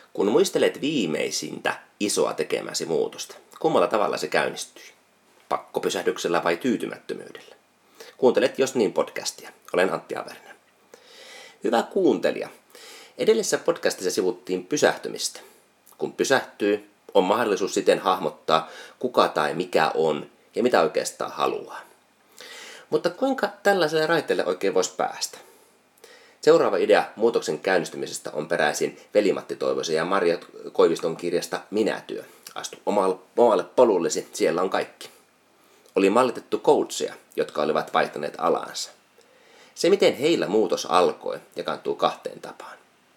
Kun muistelet viimeisintä isoa tekemäsi muutosta, kummalla tavalla se käynnistyi? Pakkopysähdyksellä vai tyytymättömyydellä? Kuuntelet Jos niin podcastia. Olen Antti Avernen. Hyvä kuuntelija. Edellisessä podcastissa sivuttiin pysähtymistä. Kun pysähtyy, on mahdollisuus siten hahmottaa, kuka tai mikä on ja mitä oikeastaan haluaa. Mutta kuinka tällaiselle raiteelle oikein voisi päästä? Seuraava idea muutoksen käynnistymisestä on peräisin Veli-Matti Toivosen ja Marja Koiviston kirjasta Minätyö. Astu omalle polullesi, siellä on kaikki. Oli mallitettu coacheja, jotka olivat vaihtaneet alaansa. Se, miten heillä muutos alkoi, jakaantuu kahteen tapaan.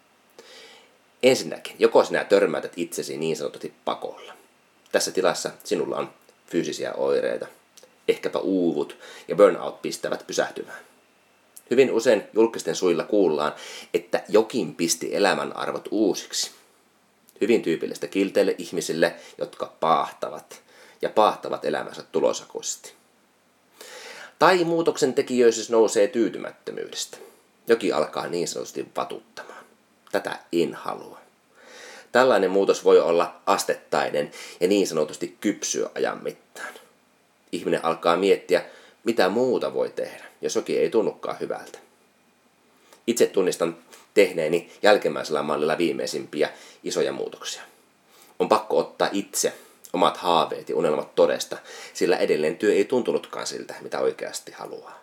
Ensinnäkin, joko sinä törmäytät itsesi niin sanotusti pakolla. Tässä tilassa sinulla on fyysisiä oireita, ehkäpä uuvut ja burnout pistävät pysähtymään. Hyvin usein julkisten suilla kuullaan, että jokin pisti elämän arvot uusiksi. Hyvin tyypillistä kilteille ihmisille, jotka paahtavat elämänsä tulosakoisesti. Tai muutoksen tekijöisyys nousee tyytymättömyydestä. Jokin alkaa niin sanotusti vatuttamaan. Tätä en halua. Tällainen muutos voi olla astettainen ja niin sanotusti kypsyä ajan mittaan. Ihminen alkaa miettiä, mitä muuta voi tehdä, jos jokin ei tunnukaan hyvältä. Itse tunnistan tehneeni jälkimmäisellä mallilla viimeisimpiä isoja muutoksia. On pakko ottaa itse omat haaveet ja unelmat todesta, sillä edelleen työ ei tuntunutkaan siltä, mitä oikeasti haluaa.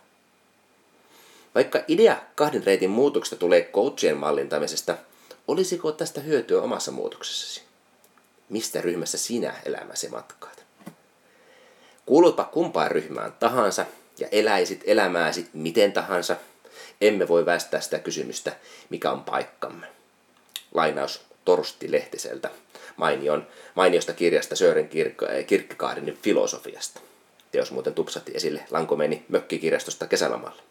Vaikka idea 2 reitin muutoksesta tulee coachien mallintamisesta, olisiko tästä hyötyä omassa muutoksessasi? Mistä ryhmässä sinä elämäsi matkaat? Kuulutpa kumpaan ryhmään tahansa ja eläisit elämääsi miten tahansa, emme voi väistää sitä kysymystä, mikä on paikkamme. Lainaus Torsti Lehtiseltä mainiosta kirjasta Søren Kierkegaardin filosofiasta. Teos muuten tupsatti esille Lankomeeni mökkikirjastosta kesälomalla.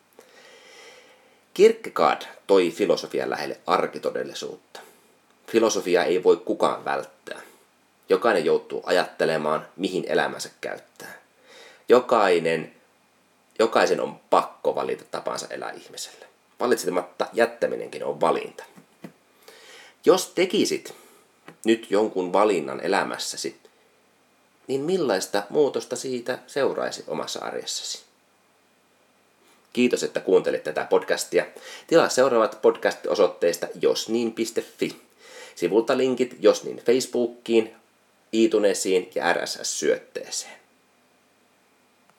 Kierkegaard toi filosofian lähelle arkitodellisuutta. Filosofiaa ei voi kukaan välttää. Jokainen joutuu ajattelemaan, mihin elämänsä käyttää. Jokaisen on pakko valita tapansa elää ihmiselle. Valitsematta jättäminenkin on valinta. Jos tekisit nyt jonkun valinnan elämässäsi, niin millaista muutosta siitä seuraisi omassa arjessasi? Kiitos, että kuuntelit tätä podcastia. Tilaa seuraavat podcast-osoitteista josnin.fi. Sivulta linkit Josnin Facebookiin, iTunesiin ja RSS-syötteeseen.